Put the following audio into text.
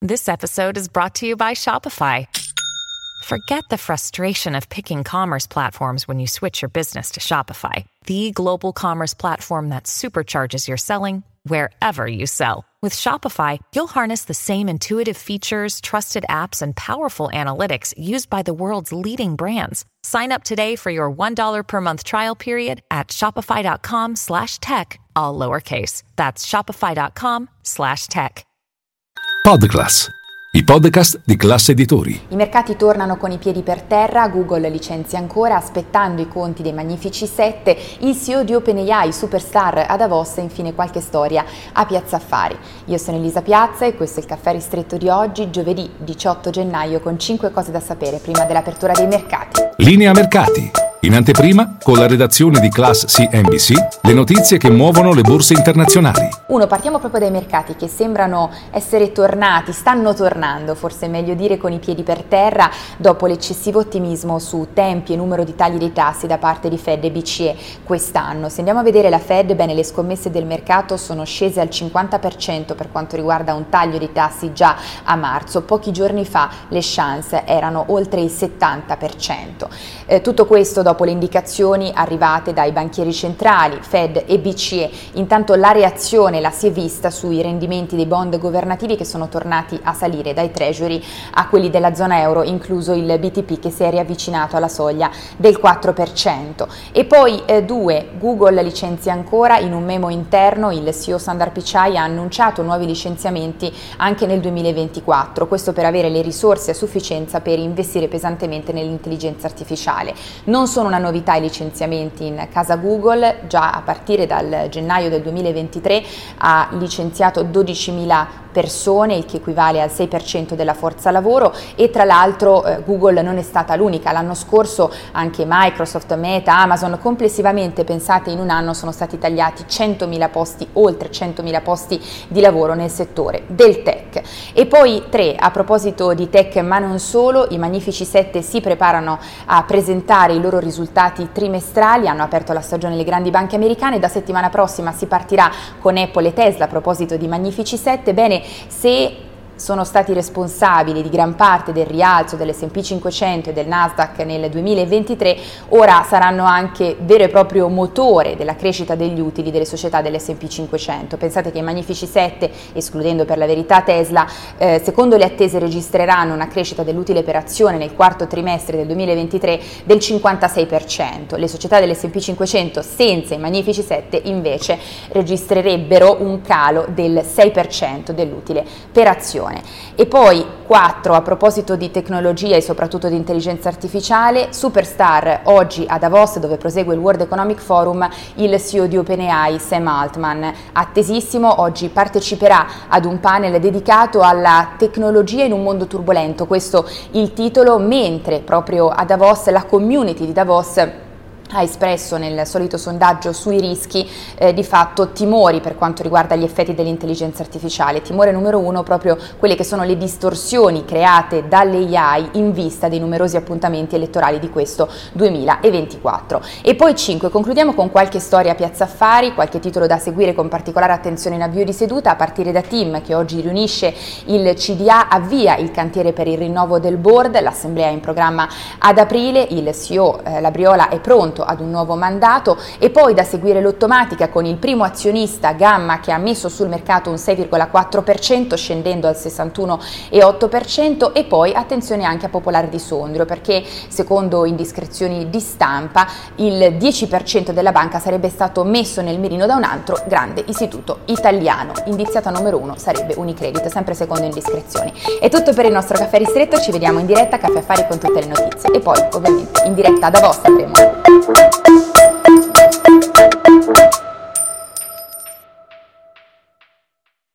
This episode is brought to you by Shopify. Forget the frustration of picking commerce platforms when you switch your business to Shopify, the global commerce platform that supercharges your selling wherever you sell. With Shopify, you'll harness the same intuitive features, trusted apps, and powerful analytics used by the world's leading brands. Sign up today for your $1 per month trial period at shopify.com/tech, all lowercase. That's shopify.com/tech. Podclass, i podcast di Class Editori. I mercati tornano con i piedi per terra, Google licenzia ancora, aspettando i conti dei Magnifici 7, il CEO di OpenAI, superstar a Davos e infine qualche storia a Piazza Affari. Io sono Elisa Piazza e questo è il caffè ristretto di oggi, giovedì 18 gennaio, con 5 cose da sapere prima dell'apertura dei mercati. Linea mercati. In anteprima, con la redazione di Class CNBC, le notizie che muovono le borse internazionali. Partiamo proprio dai mercati che sembrano essere tornati, stanno tornando, forse è meglio dire con i piedi per terra, dopo l'eccessivo ottimismo su tempi e numero di tagli dei tassi da parte di Fed e BCE quest'anno. Se andiamo a vedere la Fed, bene, le scommesse del mercato sono scese al 50% per quanto riguarda un taglio dei tassi già a marzo. Pochi giorni fa le chance erano oltre il 70%. Tutto questo dopo le indicazioni arrivate dai banchieri centrali, Fed e BCE. Intanto la reazione la si è vista sui rendimenti dei bond governativi che sono tornati a salire dai treasury a quelli della zona euro, incluso il BTP che si è riavvicinato alla soglia del 4%. E poi Google licenzia ancora. In un memo interno il CEO Sundar Pichai ha annunciato nuovi licenziamenti anche nel 2024, questo per avere le risorse a sufficienza per investire pesantemente nell'intelligenza artificiale. Non sono una novità i licenziamenti in casa Google, già a partire dal gennaio del 2023 ha licenziato 12.000 persone, il che equivale al 6% della forza lavoro, e tra l'altro Google non è stata l'unica. L'anno scorso anche Microsoft, Meta, Amazon, complessivamente, pensate, in un anno sono stati tagliati 100.000 posti, oltre 100.000 posti di lavoro nel settore del tech. E poi a proposito di tech ma non solo, i Magnifici 7 si preparano a presentare i loro risultati trimestrali, hanno aperto la stagione delle grandi banche americane, da settimana prossima si partirà con Apple e Tesla. A proposito di Magnifici 7, bene, se sono stati responsabili di gran parte del rialzo dell'S&P 500 e del Nasdaq nel 2023, ora saranno anche vero e proprio motore della crescita degli utili delle società dell'S&P 500. Pensate che i Magnifici 7, escludendo per la verità Tesla, secondo le attese registreranno una crescita dell'utile per azione nel quarto trimestre del 2023 del 56%. Le società dell'S&P 500 senza i Magnifici 7 invece registrerebbero un calo del 6% dell'utile per azione. E poi 4, a proposito di tecnologia e soprattutto di intelligenza artificiale, superstar oggi a Davos, dove prosegue il World Economic Forum, il CEO di OpenAI, Sam Altman. Attesissimo, oggi parteciperà ad un panel dedicato alla tecnologia in un mondo turbolento, questo il titolo, mentre proprio a Davos la community di Davos ha espresso nel solito sondaggio sui rischi di fatto timori per quanto riguarda gli effetti dell'intelligenza artificiale. Timore numero 1 proprio quelle che sono le distorsioni create dalle AI in vista dei numerosi appuntamenti elettorali di questo 2024. E poi 5, concludiamo con qualche storia a Piazza Affari, qualche titolo da seguire con particolare attenzione in avvio di seduta, a partire da TIM che oggi riunisce il CDA, avvia il cantiere per il rinnovo del board, l'assemblea è in programma ad aprile, il CEO Labriola è pronto ad un nuovo mandato. E poi da seguire Lottomatica con il primo azionista Gamma che ha messo sul mercato un 6,4% scendendo al 61,8%. E poi attenzione anche a Popolare di Sondrio, perché secondo indiscrezioni di stampa il 10% della banca sarebbe stato messo nel mirino da un altro grande istituto italiano. Indiziata numero 1 sarebbe Unicredit, sempre secondo indiscrezioni. È tutto per il nostro caffè ristretto, ci vediamo in diretta a Caffè Affari con tutte le notizie e poi ovviamente in diretta da Davos avremo